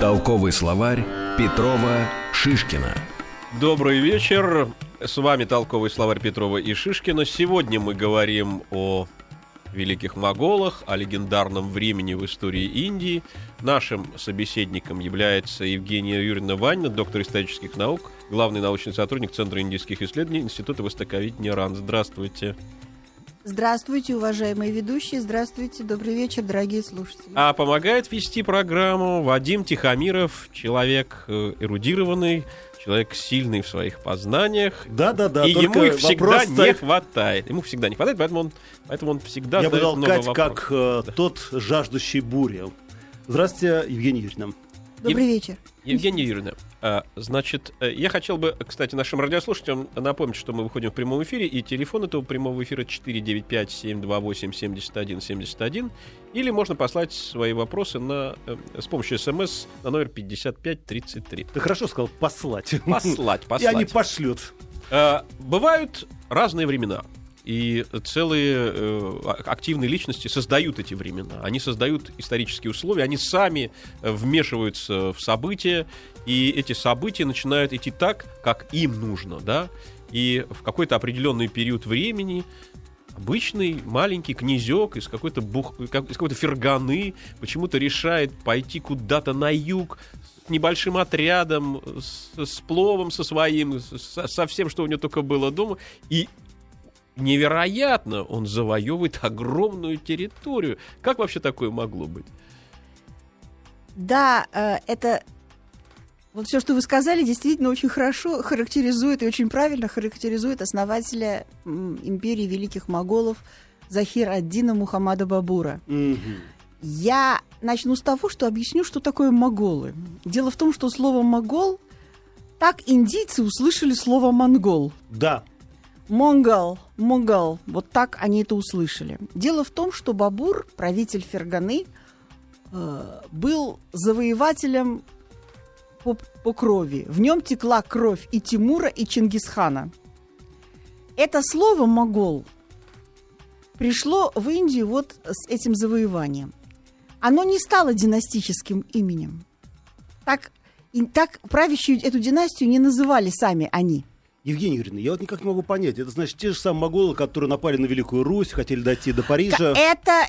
Толковый словарь Петрова Шишкина. Добрый вечер. С вами Толковый словарь Петрова и Шишкина. Сегодня мы говорим о великих моголах, о легендарном времени в истории Индии. Нашим собеседником является Евгения Юрьевна Ванина, доктор исторических наук, главный научный сотрудник Центра индийских исследований Института востоковедения РАН. Здравствуйте. Здравствуйте, уважаемые ведущие. Здравствуйте, добрый вечер, дорогие слушатели. А помогает вести программу Вадим Тихомиров, человек эрудированный, человек сильный в своих познаниях. Да. И ему их всегда не хватает. Ему всегда не хватает, поэтому он всегда задает много вопросов. Я буду толкать, как тот жаждущий бури. Здравствуйте, Евгения Юрьевна. Добрый вечер. Евгения Юрьевна, значит, я хотел бы, кстати, нашим радиослушателям напомнить, что мы выходим в прямом эфире, и телефон этого прямого эфира 495-728-7171, или можно послать свои вопросы с помощью СМС на номер 5533. Ты хорошо сказал послать. Послать. И они пошлют. Бывают разные времена. И целые активные личности создают эти времена. Они создают исторические условия, они сами вмешиваются в события, и эти события начинают идти так, как им нужно, да? И в какой-то определенный период времени обычный маленький князек из какой-то Ферганы почему-то решает пойти куда-то на юг с небольшим отрядом, с пловом со своим, со всем, что у него только было дома, и невероятно, он завоевывает огромную территорию. Как вообще такое могло быть? Да, это... Вот все, что вы сказали, действительно очень хорошо характеризует и очень правильно характеризует основателя империи великих моголов Захир-ад-Дина Мухаммада Бабура. Я начну с того, что объясню, что такое моголы. Дело в том, что слово «могол» так индийцы услышали слово «монгол». Да. Монгол, вот так они это услышали. Дело в том, что Бабур, правитель Ферганы, был завоевателем по крови. В нем текла кровь и Тимура, и Чингисхана. Это слово «могол» пришло в Индию вот с этим завоеванием. Оно не стало династическим именем. Так правящую эту династию не называли сами они. Евгения Юрьевна, я вот никак не могу понять. Это значит те же самые моголы, которые напали на Великую Русь, хотели дойти до Парижа. Это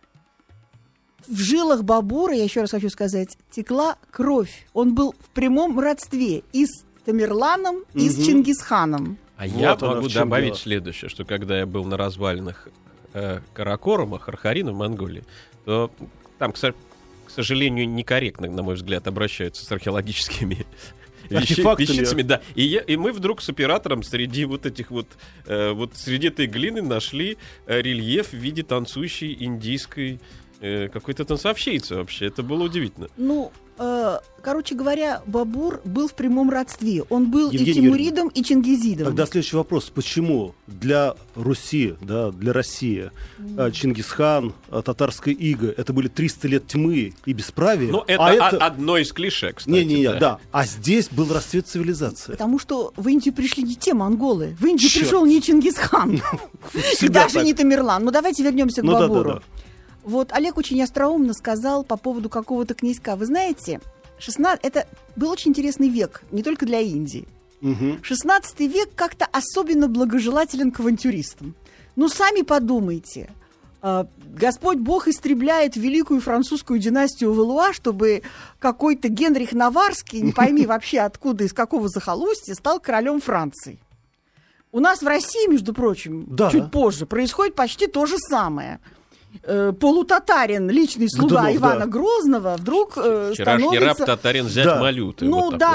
в жилах Бабура, я еще раз хочу сказать, текла кровь. Он был в прямом родстве и с Тамерланом, и с Чингисханом. А вот я могу добавить следующее, что когда я был на развалинах Каракорума, Хархарина в Монголии, то там, к сожалению, некорректно, на мой взгляд, обращаются с археологическими вещицами, да. И мы вдруг с оператором среди вот этих среди этой глины нашли рельеф в виде танцующей индийской какой-то танцовщицы вообще. Это было удивительно. Короче говоря, Бабур был в прямом родстве. Он был и Тимуридом, и Чингизидом. Тогда следующий вопрос. Почему для Руси, для России, Чингисхан, татарская ига, это были 300 лет тьмы и бесправия? Это одно из клише, кстати. Да. А здесь был расцвет цивилизации. Потому что в Индию пришли не те монголы. В Индию пришел не Чингисхан. И даже не Тамерлан. Давайте вернемся к Бабуру. Вот Олег очень остроумно сказал по поводу какого-то князька. Вы знаете, это был очень интересный век, не только для Индии. 16 век как-то особенно благожелателен к авантюристам. Сами подумайте. Господь Бог истребляет великую французскую династию Валуа, чтобы какой-то Генрих Наварский, не пойми вообще откуда, из какого захолустья, стал королем Франции. У нас в России, между прочим, чуть позже, происходит почти то же самое. Полутатарин, личный слуга Ивана Грозного, вдруг вчерашний раб татарин зять Малюты.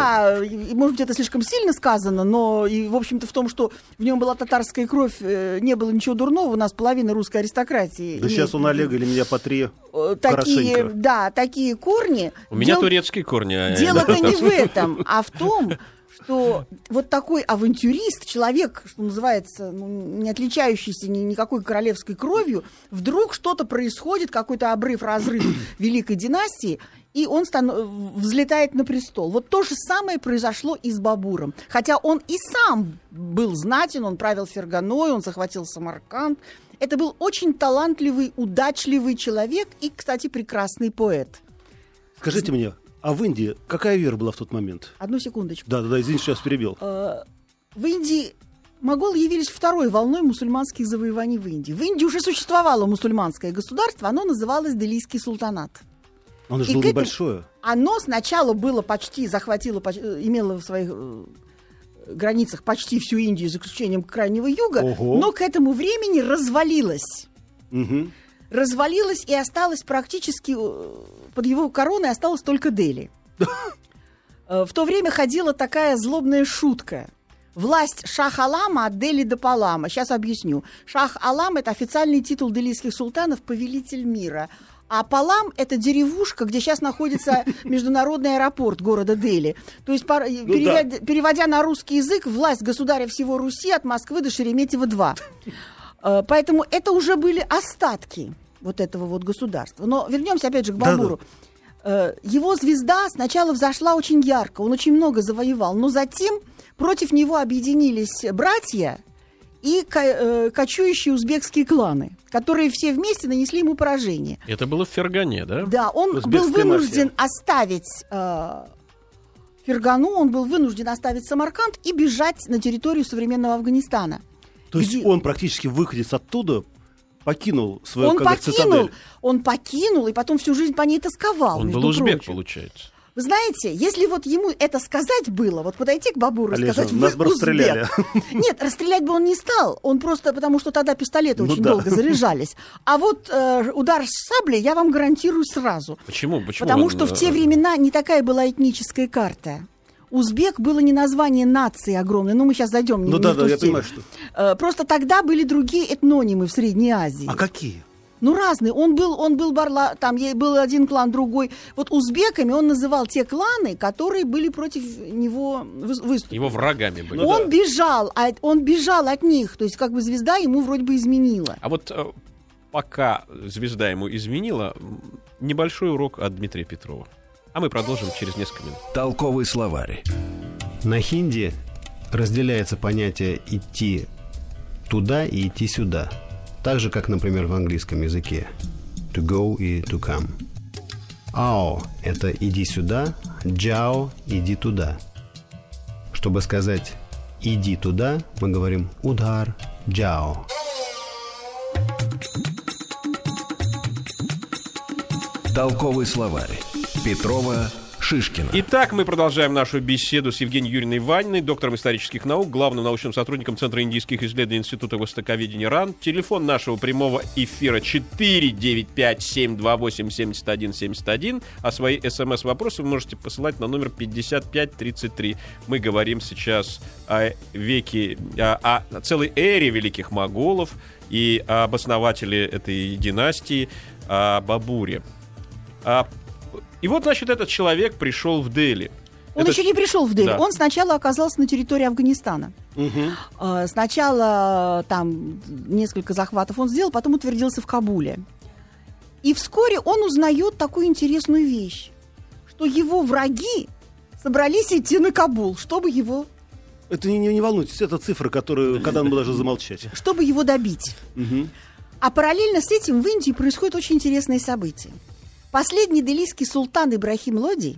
Может быть, это слишком сильно сказано, но и, в общем-то, в том, что в нем была татарская кровь, не было ничего дурного. У нас половина русской аристократии. Да сейчас он Олега или меня потри хорошенько. Да, такие корни. У меня турецкие корни. Дело-то не в этом, а в том, что вот такой авантюрист, человек, что называется, не отличающийся никакой королевской кровью, вдруг что-то происходит, какой-то обрыв, разрыв великой династии, и он взлетает на престол. Вот то же самое произошло и с Бабуром. Хотя он и сам был знатен, он правил Ферганой, он захватил Самарканд. Это был очень талантливый, удачливый человек и, кстати, прекрасный поэт. Скажите мне, А в Индии какая вера была в тот момент? Одну секундочку. Да, извините, сейчас перебил. В Индии моголы явились второй волной мусульманских завоеваний в Индии. В Индии уже существовало мусульманское государство, оно называлось Делийский султанат. Оно же было небольшое. Оно сначала было имело в своих границах почти всю Индию, за исключением Крайнего Юга, но к этому времени развалилось. Угу. Развалилось и осталось практически, под его короной осталось только Дели. В то время ходила такая злобная шутка. Власть Шах-Алама от Дели до Палама. Сейчас объясню. Шах-Алам — это официальный титул делийских султанов, повелитель мира. А Палам — это деревушка, где сейчас находится международный аэропорт города Дели. То есть, переводя на русский язык, власть государя всего Руси от Москвы до Шереметьево-2. Поэтому это уже были остатки вот этого вот государства. Но вернемся опять же к Бабуру. Его звезда сначала взошла очень ярко, он очень много завоевал, но затем против него объединились братья и кочующие узбекские кланы, которые все вместе нанесли ему поражение. Это было в Фергане, да? Да, он был вынужден оставить Фергану, он был вынужден оставить Самарканд и бежать на территорию современного Афганистана. То есть он практически выходец оттуда покинул свою цитадель. Он покинул, и потом всю жизнь по ней тосковал. Он был узбек, получается. Вы знаете, если вот ему это сказать было, вот подойти к Бабуру и сказать, нас бы расстреляли. Нет, расстрелять бы он не стал. Он просто, потому что тогда пистолеты очень долго заряжались. А вот удар с саблей я вам гарантирую сразу. Почему? Потому что в те времена не такая была этническая карта. Узбек было не название нации огромной. Ну, мы сейчас зайдем не в ту я степень. понимаю, что... Просто тогда были другие этнонимы в Средней Азии. А какие? Ну, разные. Он был Барла, там был один клан, другой. Вот узбеками он называл те кланы, которые были против него выступили. Его врагами были. Он бежал от них. То есть, как бы звезда ему вроде бы изменила. А вот пока звезда ему изменила, небольшой урок от Дмитрия Петрова. А мы продолжим через несколько минут. Толковый словарь. На хинди разделяется понятие «идти туда» и «идти сюда». Так же, как, например, в английском языке «to go» и «to come». «Ао» — это «иди сюда», «джао» — «иди туда». Чтобы сказать «иди туда», мы говорим «удар джао». Толковый словарь. Петрова, Шишкина. Итак, мы продолжаем нашу беседу с Евгенией Юрьевной Ваниной, доктором исторических наук, главным научным сотрудником Центра индийских исследований Института востоковедения РАН. Телефон нашего прямого эфира 495-728-7171. А свои СМС-вопросы вы можете посылать на номер 5533. Мы говорим сейчас о целой эре великих моголов и об основателе этой династии, о Бабуре. И вот, значит, этот человек пришел в Дели. Он еще не пришел в Дели. Да. Он сначала оказался на территории Афганистана. Угу. Сначала там несколько захватов он сделал, потом утвердился в Кабуле. И вскоре он узнает такую интересную вещь, что его враги собрались идти на Кабул, чтобы его... Это не волнуйтесь, это цифры, которые, когда надо даже замолчать. Чтобы его добить. Угу. А параллельно с этим в Индии происходит очень интересное событие. Последний делийский султан Ибрахим Лоди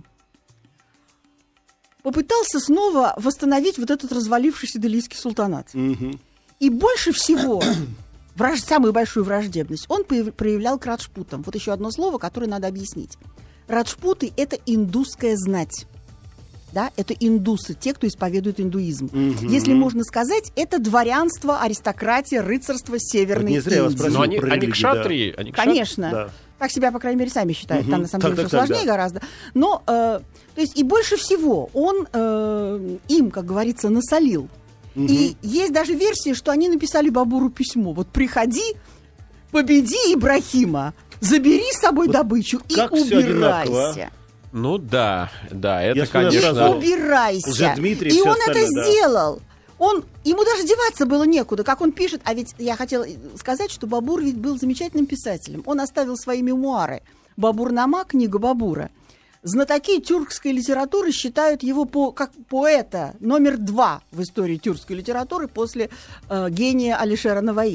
попытался снова восстановить вот этот развалившийся делийский султанат. Mm-hmm. И больше всего, самую большую враждебность, он проявлял к раджпутам. Вот еще одно слово, которое надо объяснить. Раджпуты — это индусская знать. Да? Это индусы, те, кто исповедует индуизм. Mm-hmm. Если можно сказать, это дворянство, аристократия, рыцарство Северной Индии. Но они кшатрии. Да. Конечно. Да. Так себя, по крайней мере, сами считают. Там, на самом деле, все сложнее гораздо. Но, то есть, и больше всего он им, как говорится, насолил. И есть даже версия, что они написали Бабуру письмо. Вот приходи, победи Ибрахима, забери с собой добычу и убирайся. Ну да, это, конечно... Убирайся. И он это сделал. Ему даже деваться было некуда, как он пишет. А ведь я хотела сказать, что Бабур ведь был замечательным писателем. Он оставил свои мемуары. «Бабурнама», книга Бабура. Знатоки тюркской литературы считают его как поэта номер 2 в истории тюркской литературы после гения Алишера Наваи.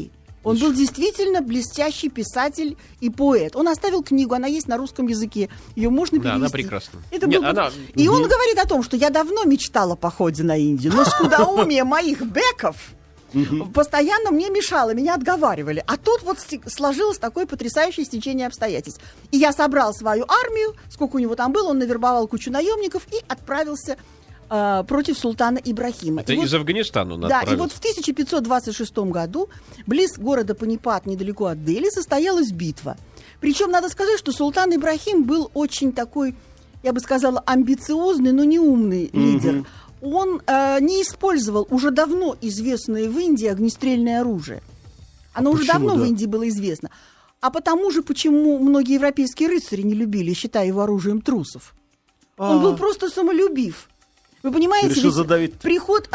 Он был действительно блестящий писатель и поэт. Он оставил книгу, она есть на русском языке. Ее можно перевести. Да, она прекрасна. И он говорит о том, что я давно мечтал о походе на Индию, но скудоумие моих беков постоянно мне мешало, меня отговаривали. А тут вот сложилось такое потрясающее стечение обстоятельств. И я собрал свою армию, сколько у него там было, он навербовал кучу наемников и отправился против султана Ибрахима. Это из Афганистана он отправился. Да, и вот в 1526 году близ города Панипат, недалеко от Дели, состоялась битва. Причем надо сказать, что султан Ибрахим был очень такой, я бы сказала, амбициозный, но не умный лидер. Он не использовал уже давно известное в Индии огнестрельное оружие. Оно уже давно в Индии было известно. А потому же, почему многие европейские рыцари не любили, считая его оружием трусов. Он был просто самолюбив. Вы понимаете, приход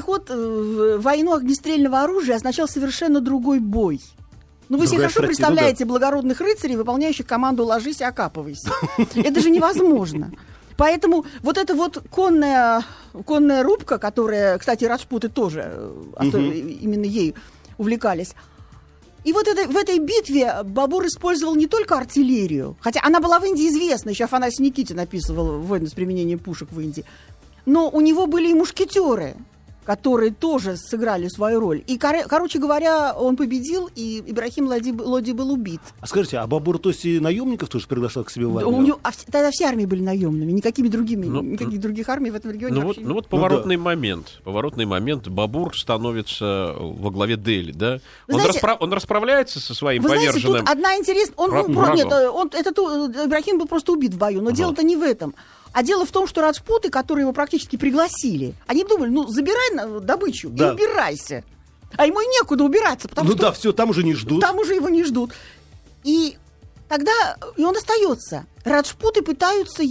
в войну огнестрельного оружия означал совершенно другой бой. Ну, вы себе хорошо представляете благородных рыцарей, выполняющих команду «ложись и окапывайся». Это же невозможно. Поэтому вот эта вот конная рубка, которая, кстати, раджпуты тоже именно ею увлекались. И вот в этой битве Бабур использовал не только артиллерию, хотя она была в Индии известна, еще Афанасий Никитин описывал войны с применением пушек в Индии, но у него были и мушкетеры, которые тоже сыграли свою роль. И, короче говоря, он победил, и Ибрахим Лоди был убит. А скажите, а Бабур, то есть и наемников тоже приглашал к себе в армию? Тогда все армии были наемными, никаких других армий в этом регионе вообще нет. Вот поворотный момент. Бабур становится во главе Дели, да? Он расправляется со своим поверженным... Вы знаете, тут одна интересная... Ибрахим был просто убит в бою, но дело-то не в этом. А дело в том, что раджпуты, которые его практически пригласили, они думали, забирай добычу и убирайся. А ему некуда убираться, потому что... все, там уже не ждут. Там уже его не ждут. И тогда он остается. Раджпуты пытаются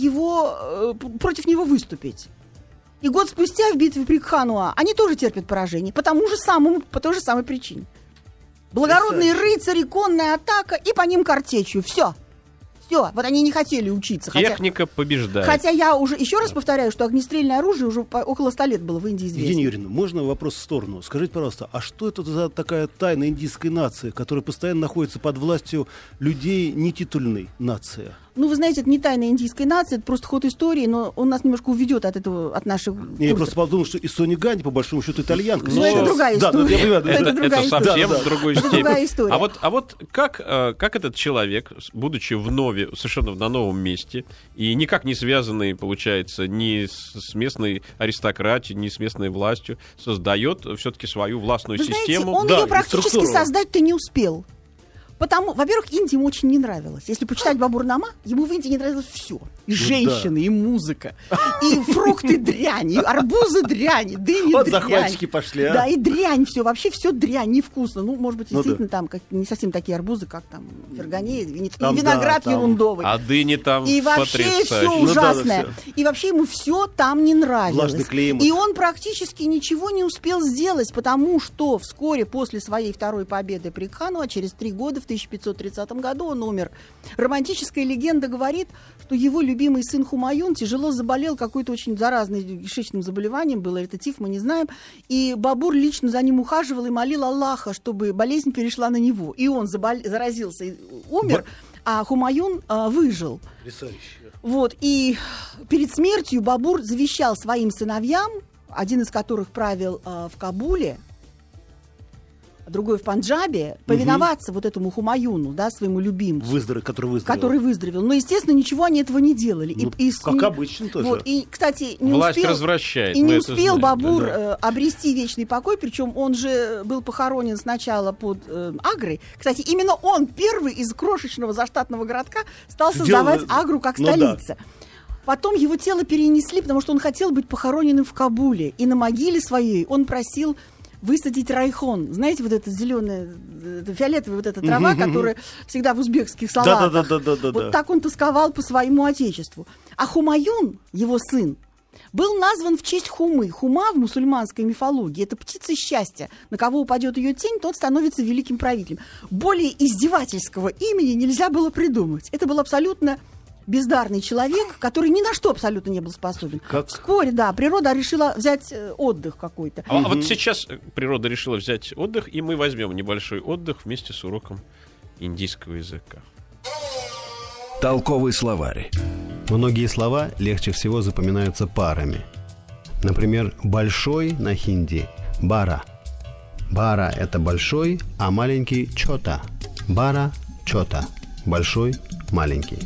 против него выступить. И год спустя в битве при Кхануа они тоже терпят поражение по той же самой причине. Благородные рыцари, конная атака и по ним картечью. Все. Вот они не хотели учиться. Техника побеждает. Хотя я уже еще раз повторяю, что огнестрельное оружие уже около 100 лет было в Индии известно. Евгения Юрьевна, можно вопрос в сторону? Скажите, пожалуйста, а что это за такая тайна индийской нации, которая постоянно находится под властью людей нетитульной нации? Ну, вы знаете, это не тайна индийской нации, это просто ход истории, но он нас немножко уведет от наших курсов. Я просто подумал, что и Соня Ганди, по большому счету, итальянка. Но это другая история. Это совсем другой другая история. А вот как этот человек, будучи совершенно на новом месте, и никак не связанный, получается, ни с местной аристократией, ни с местной властью, создает все-таки свою властную систему? Он ее практически создать-то не успел. Во-первых, Индии ему очень не нравилось. Если почитать Бабур-Нама, ему в Индии не нравилось все. И женщины, и музыка, и фрукты дрянь, и арбузы дрянь, и дыни дрянь. Захватчики пошли, а? Да, и дрянь все. Вообще все дрянь, невкусно. Ну, может быть, действительно, там не совсем такие арбузы, как там ферганеи, и виноград ерундовый. А дыни там и вообще все ужасное. И вообще ему все там не нравилось. Влажный климат. И он практически ничего не успел сделать, потому что вскоре после своей второй победы при Кхануа, через 3 года, в 1530 году он умер. Романтическая легенда говорит, что его любимый сын Хумаюн тяжело заболел какой-то очень заразным кишечным заболеванием, было это тиф, мы не знаем, и Бабур лично за ним ухаживал и молил Аллаха, чтобы болезнь перешла на него. И он заразился и умер, а Хумаюн выжил. Вот, и перед смертью Бабур завещал своим сыновьям, один из которых правил в Кабуле, другой в Панджабе, повиноваться вот этому Хумаюну, да, своему любимцу. Который выздоровел. Но, естественно, ничего они этого не делали. Как обычно тоже. Вот, и, кстати, власть развращает. И не успел Бабур обрести вечный покой, причем он же был похоронен сначала под Агрой. Кстати, именно он первый из крошечного заштатного городка стал создавать Агру как столица. Потом его тело перенесли, потому что он хотел быть похороненным в Кабуле. И на могиле своей он просил высадить райхон. Знаете, вот эта зеленая, фиолетовая вот эта трава, которая всегда в узбекских салатах. Да. Вот так он тосковал по своему отечеству. А Хумаюн, его сын, был назван в честь Хумы. Хума в мусульманской мифологии — это птица счастья. На кого упадет ее тень, тот становится великим правителем. Более издевательского имени нельзя было придумать. Это был абсолютно бездарный человек, который ни на что абсолютно не был способен. Вскоре, да, природа решила взять отдых какой-то. А вот сейчас природа решила взять отдых, и мы возьмем небольшой отдых вместе с уроком индийского языка. Толковый словарь. Многие слова легче всего запоминаются парами. Например, большой на хинди – бара. Бара – это большой, а маленький – чота. Бара – чота. Большой, маленький.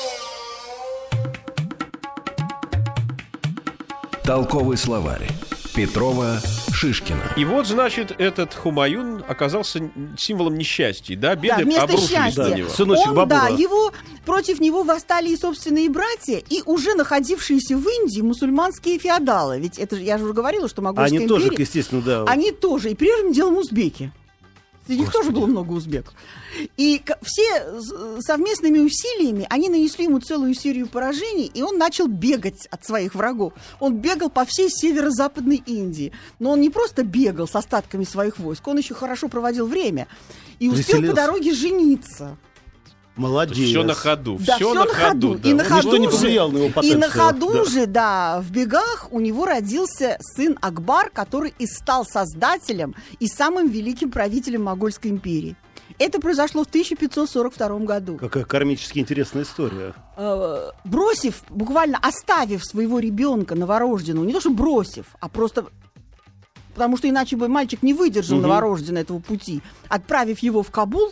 Толковый словарь. Петрова, Шишкина. И вот, значит, этот Хумаюн оказался символом несчастья, да? Беды Да, вместо обрушились счастья. на него. Сыночек Он, да, Бабура. против него восстали и собственные братья, и уже находившиеся в Индии мусульманские феодалы. Ведь это же, я же уже говорила, что Могольская Они тоже, империя... естественно, да. Они тоже, и первым делом узбеки. Среди них тоже было много узбеков. И все совместными усилиями они нанесли ему целую серию поражений, и он начал бегать от своих врагов. Он бегал по всей северо-западной Индии. Но он не просто бегал с остатками своих войск, он еще хорошо проводил время. И успел по дороге жениться. Молодец. Все на ходу. Да, все на ходу. Да. И на ходу не повлиял на его потенциал. И на ходу же, да, в бегах у него родился сын Акбар, который и стал создателем и самым великим правителем Могольской империи. Это произошло в 1542 году. Какая кармически интересная история. Бросив, буквально оставив своего ребенка новорожденного, не то что бросив, а просто... Потому что иначе бы мальчик не выдержал новорожденного этого пути, отправив его в Кабул,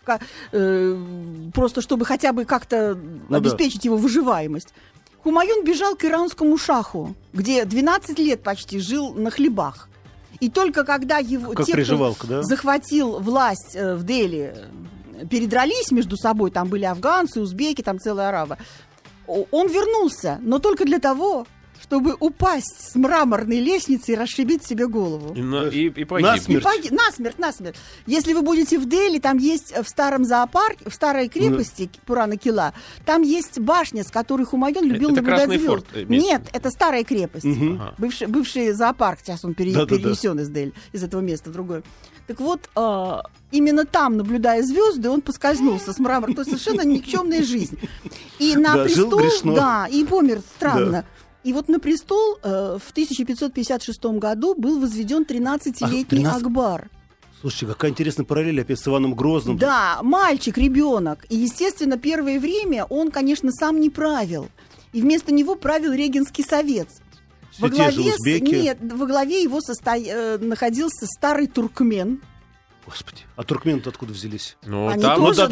просто чтобы хотя бы как-то обеспечить его выживаемость. Хумаюн бежал к иранскому шаху, где 12 лет почти жил на хлебах. И только когда его кто захватил власть в Дели, передрались между собой, там были афганцы, узбеки, там целые арабы, он вернулся, но только для того, чтобы упасть с мраморной лестницы и расшибить себе голову. И погибнуть. Насмерть. Если вы будете в Дели, там есть в старом зоопарке, в старой крепости Пурана-Кила, там есть башня, с которой Хумаюн любил наблюдать звезд. Нет, это старая крепость. Бывший зоопарк, сейчас он перенесен из Дели, из этого места в другое. Так вот, именно там, наблюдая звезды, он поскользнулся с мрамором. То есть совершенно никчемная жизнь. И на престол, и помер странно. И вот на престол в 1556 году был возведен 13-летний Акбар. Слушайте, какая интересная параллель опять с Иваном Грозным. Да, мальчик, ребенок. И, естественно, первое время он, конечно, сам не правил. И вместо него правил Регенский совет. Во главе его находился старый туркмен. Господи, а туркмены-то откуда взялись? Они тоже,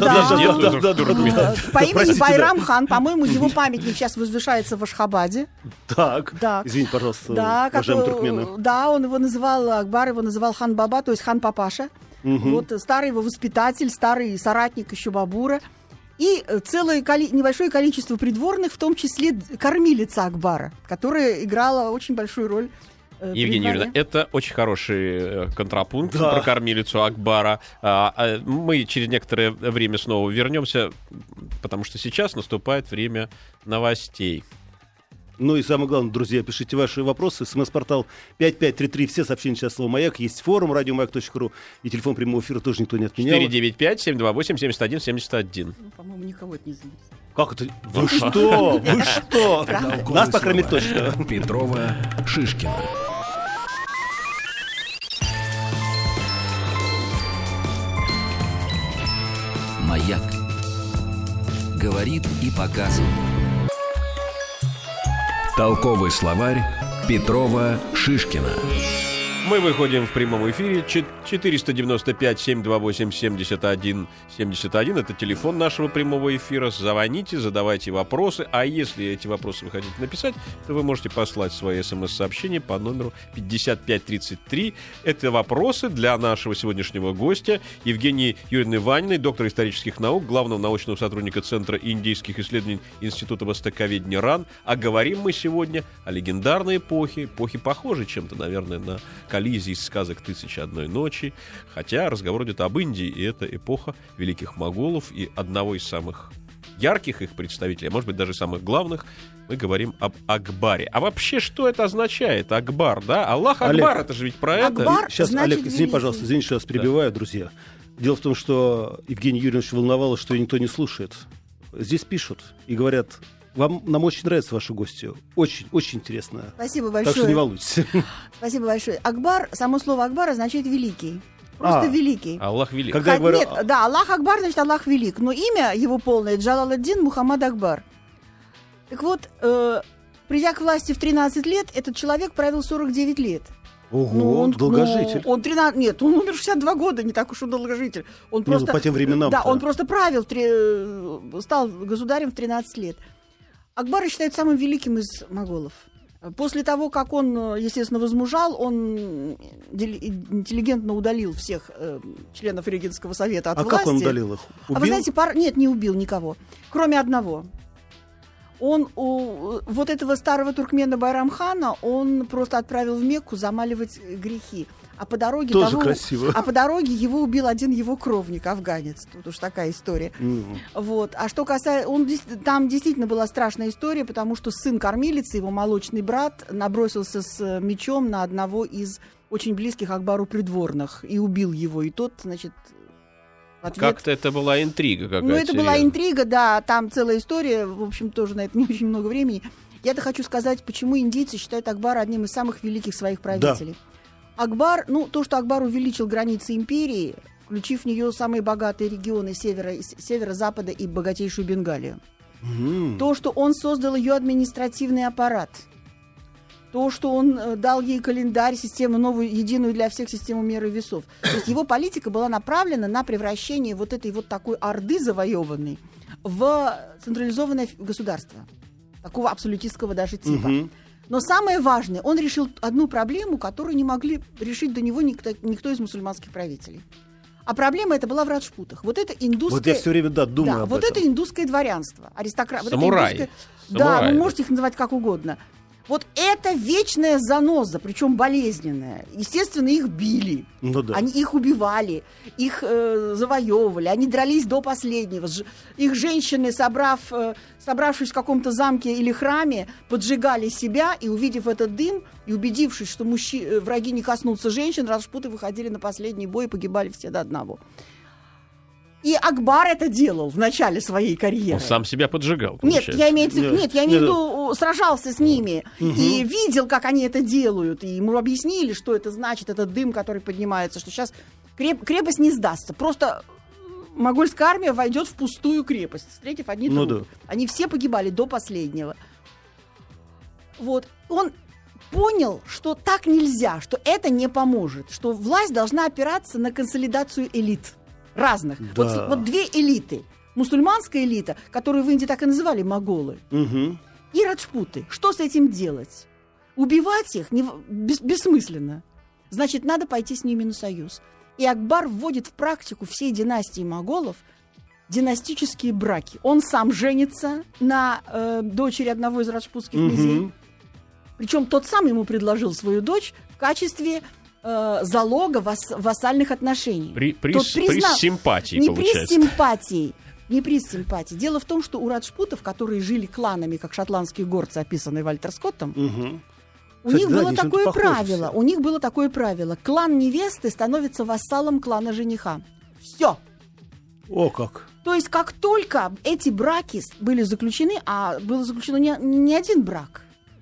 по имени Байрам-хан, по-моему, его памятник сейчас возвышается в Ашхабаде. Так, извините, пожалуйста, уважаемые туркмены. Да, он его называл, Акбар его называл хан Баба, то есть хан Папаша. Вот старый его воспитатель, старый соратник еще Бабура. И целое небольшое количество придворных, в том числе кормилица Акбара, которая играла очень большую роль. Евгения Юрьевна, это очень хороший контрапункт про кормилицу Акбара. Мы через некоторое время снова вернемся, потому что сейчас наступает время новостей. Ну и самое главное, друзья, пишите ваши вопросы. СМС-портал 5533, все сообщения сейчас слово «Маяк». Есть форум радиомаяк.ру и телефон прямого эфира тоже никто не отменял. 495-728-7171. По-моему, никого это не знает. Как это? Вы что? Вы что? Нас, по крайней мере, точно. Петрова, Шишкина. Маяк. Говорит и показывает. Толковый словарь Петрова, Шишкина. Мы выходим в прямом эфире. 495-728-7171. Это телефон нашего прямого эфира. Звоните, задавайте вопросы. А если эти вопросы вы хотите написать, то вы можете послать свои смс-сообщения по номеру 5533. Это вопросы для нашего сегодняшнего гостя Евгении Юрьевны Ваниной, доктора исторических наук, главного научного сотрудника Центра индийских исследований Института востоковедения РАН. А говорим мы сегодня о легендарной эпохе похожей чем-то, наверное, на коллизии из сказок «Тысячи одной ночи». Хотя разговор идет об Индии, и это эпоха великих моголов, и одного из самых ярких их представителей, а может быть даже самых главных, мы говорим об Акбаре. А вообще, что это означает, Акбар, да? Аллах Акбар, Олег, это же ведь про Акбар, это. Сейчас, Олег, извини, пожалуйста, извини, что я вас перебиваю, друзья. Дело в том, что Евгений Юрьевич волновалось, что ее никто не слушает. здесь пишут и говорят: нам очень нравятся ваши гости. Очень, очень интересно. Спасибо большое. Так что не волнуйтесь. Спасибо большое. Акбар, само слово Акбар означает великий. Просто великий. Аллах велик. Когда я говорю... Нет, да, Аллах Акбар, значит, Аллах велик. Но имя его полное — Джалаладдин Мухаммад Акбар. Так вот, придя к власти в 13 лет, этот человек правил 49 лет. Ого, долгожитель. Он умер в 62 года, не так уж он долгожитель. Он просто, по тем временам. Да, он просто правил, стал государем в 13 лет. Акбара считают самым великим из моголов. После того, как он, естественно, возмужал, он интеллигентно удалил всех членов Регенского совета от власти. А как он удалил их? Убил? А вы знаете, нет, не убил никого, кроме одного. Он вот этого старого туркмена Байрамхана он просто отправил в Мекку замаливать грехи. А по дороге тоже красиво. А по дороге его убил один его кровник, афганец. Тут уж такая история. Вот. А что касается... Там действительно была страшная история, потому что сын кормилицы, его молочный брат, набросился с мечом на одного из очень близких Акбару придворных и убил его. И тот, значит... Как-то это была интрига какая-то. Ну, это была интрига, да, там целая история, в общем, тоже на это не очень много времени. Я-то хочу сказать, почему индийцы считают Акбара одним из самых великих своих правителей. Да. Акбар, то, что Акбар увеличил границы империи, включив в нее самые богатые регионы севера, запада и богатейшую Бенгалию. То, что он создал ее административный аппарат. То, что он дал ей календарь, систему новую, единую для всех систему меры весов. То есть его политика была направлена на превращение вот этой вот такой орды завоеванной в централизованное государство. Такого абсолютистского даже типа. Но самое важное, он решил одну проблему, которую не могли решить до него никто из мусульманских правителей. А проблема эта была в Раджпутах. Вот это индусское... Вот я все время, думаю об вот этом. это индусское дворянство. Самураи. Да, вы можете их называть как угодно. Вот это вечная заноза, причем болезненная. Естественно, их били, они их убивали, их завоевывали, они дрались до последнего. Их женщины, собравшись в каком-то замке или храме, поджигали себя, и, увидев этот дым, и убедившись, что враги не коснутся женщин, раджпуты выходили на последний бой и погибали все до одного. И Акбар это делал в начале своей карьеры. Он сам себя поджигал, получается. Нет, я имею в виду, сражался с ними и видел, как они это делают. И ему объяснили, что это значит, этот дым, который поднимается, что сейчас крепость не сдастся. Просто могольская армия войдет в пустую крепость, встретив одни трупы. Они все погибали до последнего. Вот. Он понял, что так нельзя, что это не поможет, что власть должна опираться на консолидацию элит. Разных. Да. Вот две элиты. Мусульманская элита, которую в Индии так и называли моголы, и раджпуты. Что с этим делать? Убивать их бессмысленно. Значит, надо пойти с ними на союз. И Акбар вводит в практику всей династии моголов династические браки. Он сам женится на дочери одного из раджпутских князей. Причем тот сам ему предложил свою дочь в качестве залога вассальных отношений. Приз симпатии, не получается. Не приз симпатии. Дело в том, что у раджпутов, которые жили кланами, как шотландские горцы, описанные Вальтер Скоттом, у них было такое правило. У них было такое правило. Клан невесты становится вассалом клана жениха. Все. О, как. То есть, как только эти браки были заключены, а было заключено не один брак,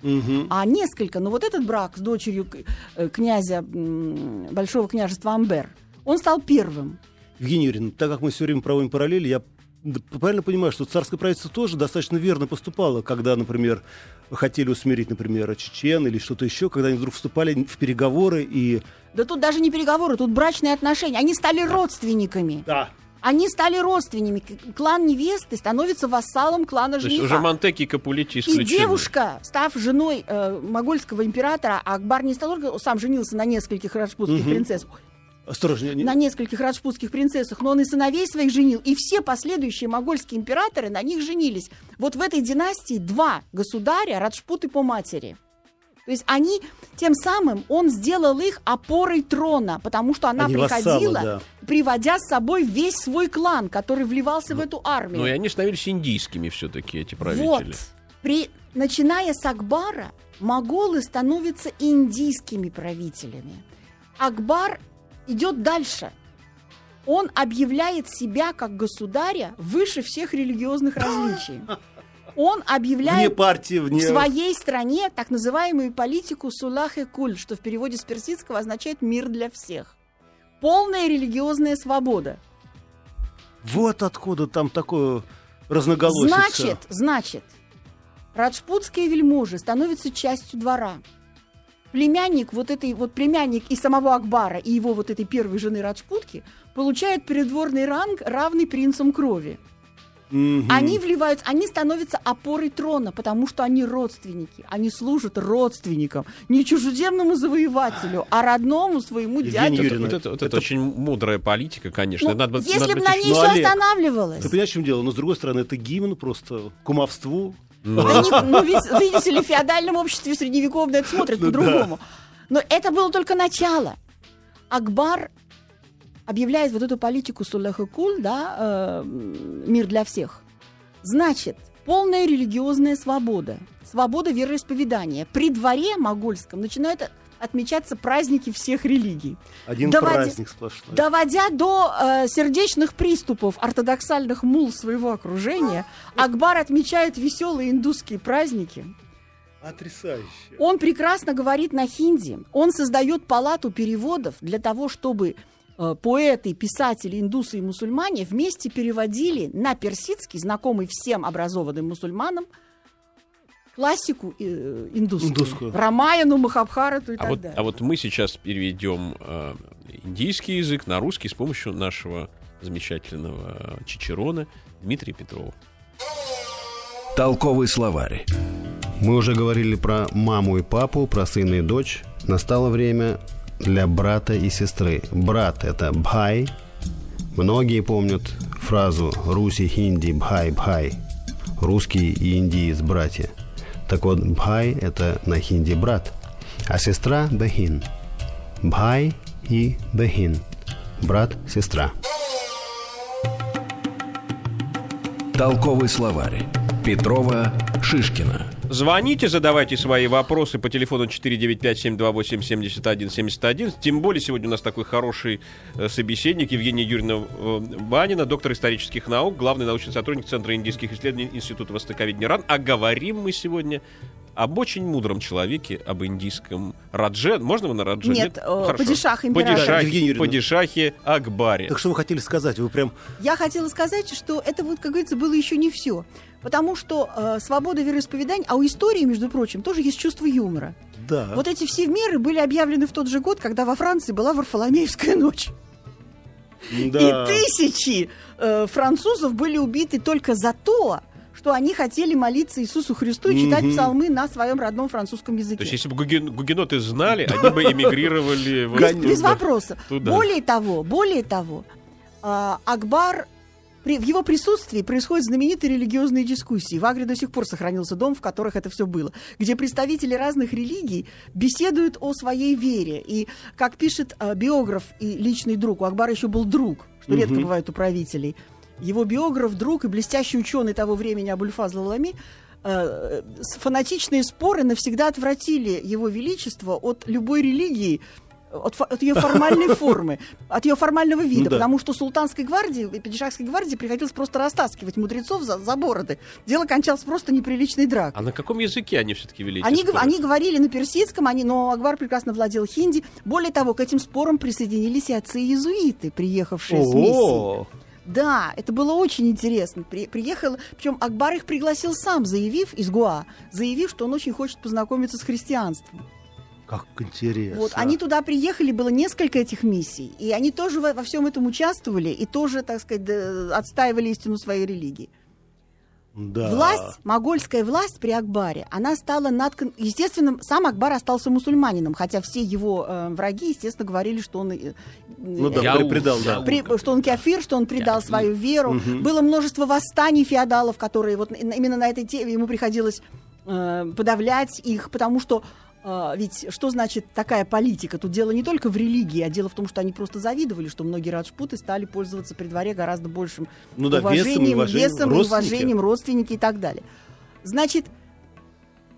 а несколько. Но вот этот брак с дочерью князя Большого княжества Амбер, он стал первым. Евгения Юрьевна, так как мы все время проводим параллели, я правильно понимаю, что царское правительство тоже достаточно верно поступало, когда, например, хотели усмирить, например, чечен или что-то еще, когда они вдруг вступали в переговоры и... Да тут даже не переговоры, тут брачные отношения. Они стали родственниками. Да. Они стали родственниками. Клан невесты становится вассалом клана жениха. То есть уже Монтеки и Капулетти исключены. И девушка, став женой могольского императора, Акбар не только сам женился на нескольких раджпутских принцессах, осторожнее, на нескольких раджпутских принцессах, но он и сыновей своих женил, и все последующие могольские императоры на них женились. Вот в этой династии два государя раджпуты по матери. То есть они, тем самым, он сделал их опорой трона, потому что она приходила, вассалы, да, приводя с собой весь свой клан, который вливался в эту армию. Ну и они становились индийскими все-таки, эти правители. Вот. Начиная с Акбара, моголы становятся индийскими правителями. Акбар идет дальше. Он объявляет себя как государя выше всех религиозных различий. Он объявляет в своей стране так называемую политику сулах-и-куль, что в переводе с персидского означает «мир для всех». Полная религиозная свобода. Вот откуда там такое разноголосица. Значит, раджпутские вельможи становятся частью двора. Племянник племянник и самого Акбара, и его вот этой первой жены Раджпутки получает придворный ранг, равный принцам крови. Они становятся опорой трона, потому что они родственники. Они служат родственникам, не чужеземному завоевателю, а родному своему дядю. Вот это очень мудрая политика, конечно. Если бы на ней все останавливалось. Ты понимаешь, в чем дело? Но с другой стороны, это гимн просто кумовству. Видите ли, в феодальном обществе средневековом на это смотрят по-другому. Но это было только начало. Акбар объявляет вот эту политику сулах-и-куль, мир для всех. Значит, полная религиозная свобода, свобода вероисповедания. При дворе могольском начинают отмечаться праздники всех религий. Праздник сплошной. Доводя до сердечных приступов ортодоксальных мул своего окружения, Акбар отмечает веселые индусские праздники. Потрясающе. Он прекрасно говорит на хинди. Он создает палату переводов для того, чтобы поэты, писатели, индусы и мусульмане вместе переводили на персидский, знакомый всем образованным мусульманам, классику индусскую. Рамаяну, Махабхарату и так далее. А вот мы сейчас переведем индийский язык на русский с помощью нашего замечательного чичерона Дмитрия Петрова. Толковый словарь. Мы уже говорили про маму и папу, про сына и дочь. Настало время для брата и сестры. Брат – это бхай. Многие помнят фразу «Руси, хинди, бхай-бхай». Русский и индиец – братья. Так вот, бхай – это на хинди брат, а сестра – бахин. Бхай и бахин. Брат, сестра. Толковый словарь. Петрова, Шишкина. Звоните, задавайте свои вопросы по телефону 495-728-7171. Тем более сегодня у нас такой хороший собеседник Евгения Юрьевна Банина, доктор исторических наук, главный научный сотрудник Центра индийских исследований Института востоковедения РАН. А говорим мы сегодня об очень мудром человеке, об индийском Радже. Можно его на Радже? Нет, падишах, император. Падишахе Акбаре. Так что вы хотели сказать? Я хотела сказать, что это, вот, как говорится, было еще не все. Потому что свобода вероисповедания, а у истории, между прочим, тоже есть чувство юмора. Да. Вот эти все меры были объявлены в тот же год, когда во Франции была Варфоломеевская ночь. Да. И тысячи французов были убиты только за то, что они хотели молиться Иисусу Христу и читать псалмы на своем родном французском языке. То есть, если бы гугеноты знали, они бы эмигрировали без вопроса. Более того, Акбар, в его присутствии происходят знаменитые религиозные дискуссии. В Агре до сих пор сохранился дом, в которых это все было, где представители разных религий беседуют о своей вере. И, как пишет биограф и личный друг, у Акбара еще был друг, что редко бывает у правителей. Его биограф, друг и блестящий ученый того времени Абуль-Фазл Алами, фанатичные споры навсегда отвратили его величество от любой религии, от ее формальной формы, от ее формального вида, потому что султанской гвардии, падишахской гвардии приходилось просто растаскивать мудрецов за бороды. Дело кончалось просто неприличной дракой. А на каком языке они все-таки вели? Они говорили на персидском, но Акбар прекрасно владел хинди. Более того, к этим спорам присоединились и отцы-иезуиты, приехавшие с миссией. Да, это было очень интересно. Приехал, причем Акбар их пригласил сам, заявив, что он очень хочет познакомиться с христианством. Как интересно. Вот, они туда приехали, было несколько этих миссий, и они тоже во всем этом участвовали, и тоже, так сказать, отстаивали истину своей религии. Да. Могольская власть при Акбаре, она стала естественно, сам Акбар остался мусульманином, хотя все его враги, естественно, говорили, что он что он кафир, что он предал свою веру. Было множество восстаний феодалов, которые вот именно на этой теме ему приходилось подавлять их, потому что ведь что значит такая политика? Тут дело не только в религии, а дело в том, что они просто завидовали, что многие раджпуты стали пользоваться при дворе гораздо большим уважением, родственники и так далее. Значит,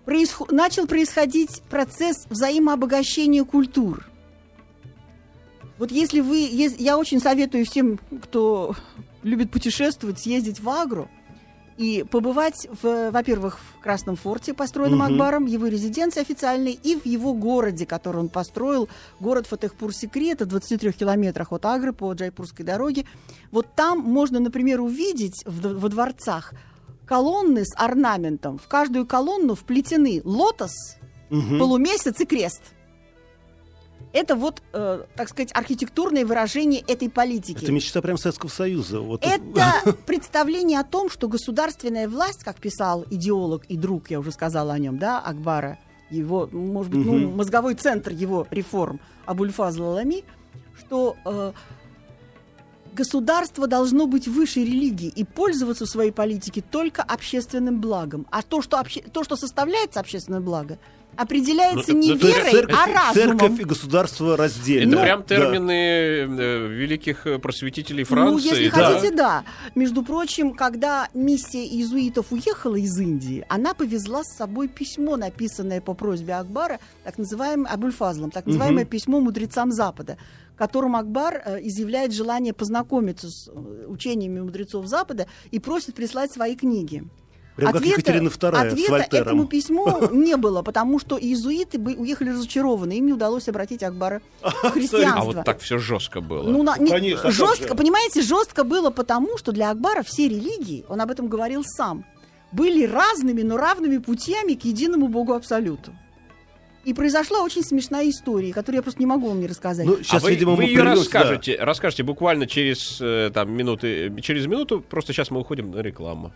начал происходить процесс взаимообогащения культур. Вот если я очень советую всем, кто любит путешествовать, съездить в Агру и побывать, во-первых, в Красном форте, построенном Акбаром, его резиденции официальной, и в его городе, который он построил, город Фатехпур-Сикри, это в 23 километрах от Агры по Джайпурской дороге. Вот там можно, например, увидеть во дворцах колонны с орнаментом. В каждую колонну вплетены лотос, полумесяц и крест. Это вот, так сказать, архитектурное выражение этой политики. Это мечта прям Советского Союза. Вот. Это представление о том, что государственная власть, как писал идеолог и друг, я уже сказала о нем, да, Акбара, его, может быть, мозговой центр его реформ Абуль-Фазл Алами, что государство должно быть выше религии и пользоваться в своей политике только общественным благом. А то, что составляется общественное благо, определяется не верой, а разумом. Церковь и государство раздельно. Это прям термины великих просветителей Франции. Если хотите, да. Между прочим, когда миссия иезуитов уехала из Индии, она повезла с собой письмо, написанное по просьбе Акбара, так называемым Абуль-Фазлом, так называемое письмо мудрецам Запада, которым Акбар изъявляет желание познакомиться с учениями мудрецов Запада и просит прислать свои книги. Прям как Екатерина II ответа этому письму не было, потому что иезуиты уехали разочарованы, им не удалось обратить Акбара в христианство. А вот так все жестко было. Конечно, жестко, понимаете, жестко было потому, что для Акбара все религии, он об этом говорил сам, были разными, но равными путями к единому Богу Абсолюту. И произошла очень смешная история, которую я просто не могу вам не рассказать. Сейчас, вы ее расскажете. Расскажете буквально через минуту. Просто сейчас мы уходим на рекламу.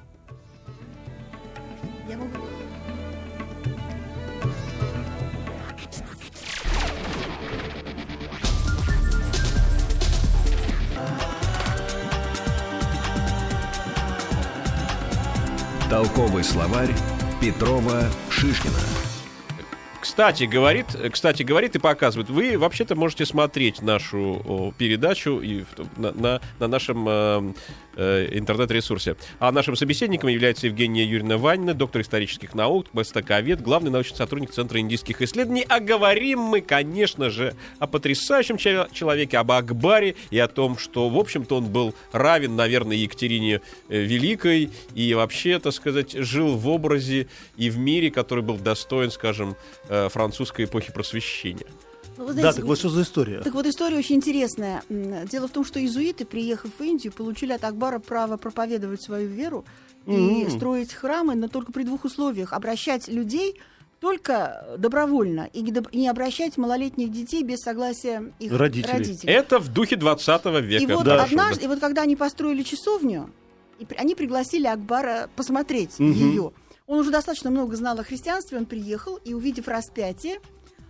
Толковый словарь Петрова-Шишкина. Кстати, говорит и показывает. Вы вообще-то можете смотреть нашу передачу и на нашем интернет-ресурсе. А нашим собеседником является Евгения Юрьевна Ванина, доктор исторических наук, востоковед, главный научный сотрудник Центра индийских исследований. А говорим мы, конечно же, о потрясающем человеке, об Акбаре и о том, что, в общем-то, он был равен, наверное, Екатерине Великой и вообще, так сказать, жил в образе и в мире, который был достоин, скажем, французской эпохи Просвещения. Знаете, так вот что за история? Так вот, история очень интересная. Дело в том, что иезуиты, приехав в Индию, получили от Акбара право проповедовать свою веру и строить храмы, но только при двух условиях. Обращать людей только добровольно и не обращать малолетних детей без согласия их родителей. Это в духе 20 века. И вот однажды, когда они построили часовню, они пригласили Акбара посмотреть ее. Он уже достаточно много знал о христианстве, он приехал и, увидев распятие,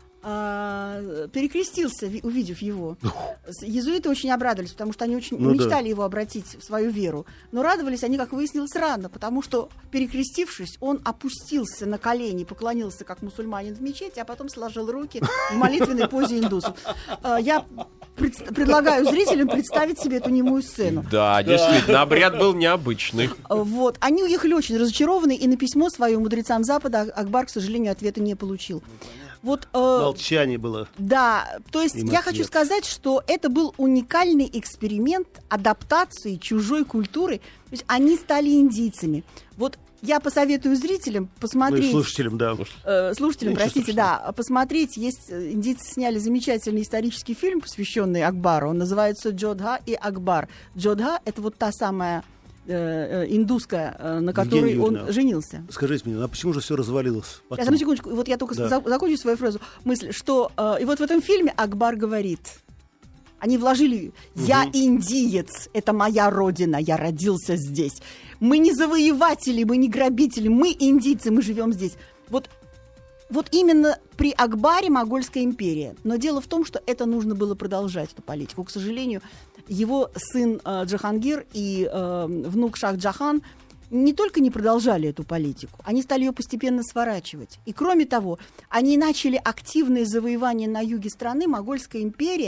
перекрестился, увидев его. Иезуиты очень обрадовались, потому что они очень мечтали его обратить в свою веру. Но радовались они, как выяснилось, рано, потому что, перекрестившись, он опустился на колени, поклонился как мусульманин в мечети, а потом сложил руки в молитвенной позе индусов. Я предлагаю зрителям представить себе эту немую сцену. Да, действительно, обряд был необычный. Вот. Они уехали очень разочарованные, и на письмо свое мудрецам Запада Акбар, к сожалению, ответа не получил. Вот, молчание было. Да, то есть я хочу сказать, что это был уникальный эксперимент адаптации чужой культуры. То есть они стали индийцами. Вот я посоветую зрителям посмотреть... Ну и слушателям, да. Слушателям, простите, да. Посмотреть, индийцы сняли замечательный исторический фильм, посвященный Акбару. Он называется «Джодха и Акбар». Джодха — это вот та самая... индусская, на которой он женился. Скажите мне, а почему же все развалилось? Сейчас, одну секундочку, вот я только закончу свою фразу, мысль, что и вот в этом фильме Акбар говорит, они вложили: «Я индиец, это моя родина, я родился здесь. Мы не завоеватели, мы не грабители, мы индийцы, мы живем здесь». Вот именно при Акбаре Могольская империя. Но дело в том, что это нужно было продолжать, эту политику. К сожалению, его сын Джахангир и внук Шах-Джахан не только не продолжали эту политику, они стали ее постепенно сворачивать. И кроме того, они начали активное завоевание на юге страны. Могольская империя,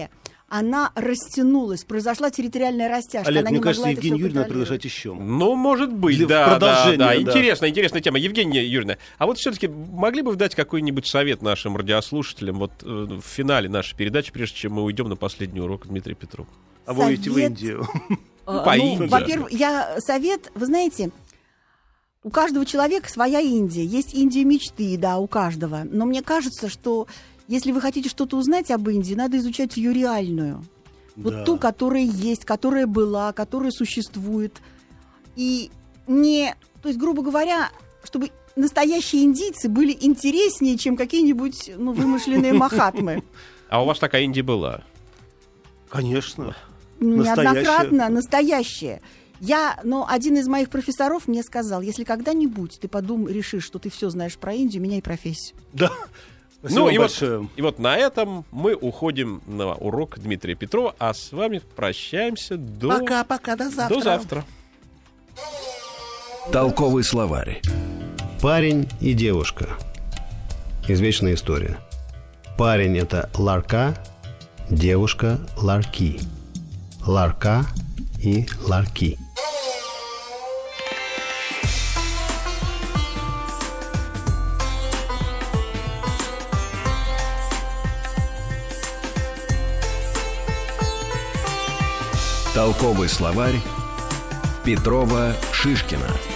она растянулась, произошла территориальная растяжка. Олег, она мне не кажется, могла это Евгению всё Юрьевну надо контролировать. приглашать еще. Ну, может быть, Для да. продолжения, да. Интересная тема. Евгения Юрьевна, а вот все-таки могли бы вы дать какой-нибудь совет нашим радиослушателям вот в финале нашей передачи, прежде чем мы уйдем на последний урок Дмитрия Петрова? А вы уедете в Совет? Индию. По Индии. Во-первых, совет, вы знаете, у каждого человека своя Индия. Есть Индия мечты, да, у каждого. Но мне кажется, что если вы хотите что-то узнать об Индии, надо изучать ее реальную. Вот Да. ту, которая есть, которая была, которая существует. И не... То есть, грубо говоря, чтобы настоящие индийцы были интереснее, чем какие-нибудь вымышленные махатмы. А у вас такая Индия была? Конечно. Неоднократно настоящее. Но один из моих профессоров мне сказал, если когда-нибудь ты решишь, что ты все знаешь про Индию, меняй профессию. Да. Спасибо И большое. вот на этом мы уходим на урок Дмитрия Петрова, а с вами прощаемся Пока-пока, до завтра. до завтра. Толковый словарь. Парень и девушка. Извечная история. Парень — это ларка, девушка — ларки. Ларка и ларки. Толковый словарь Петрова-Шишкина.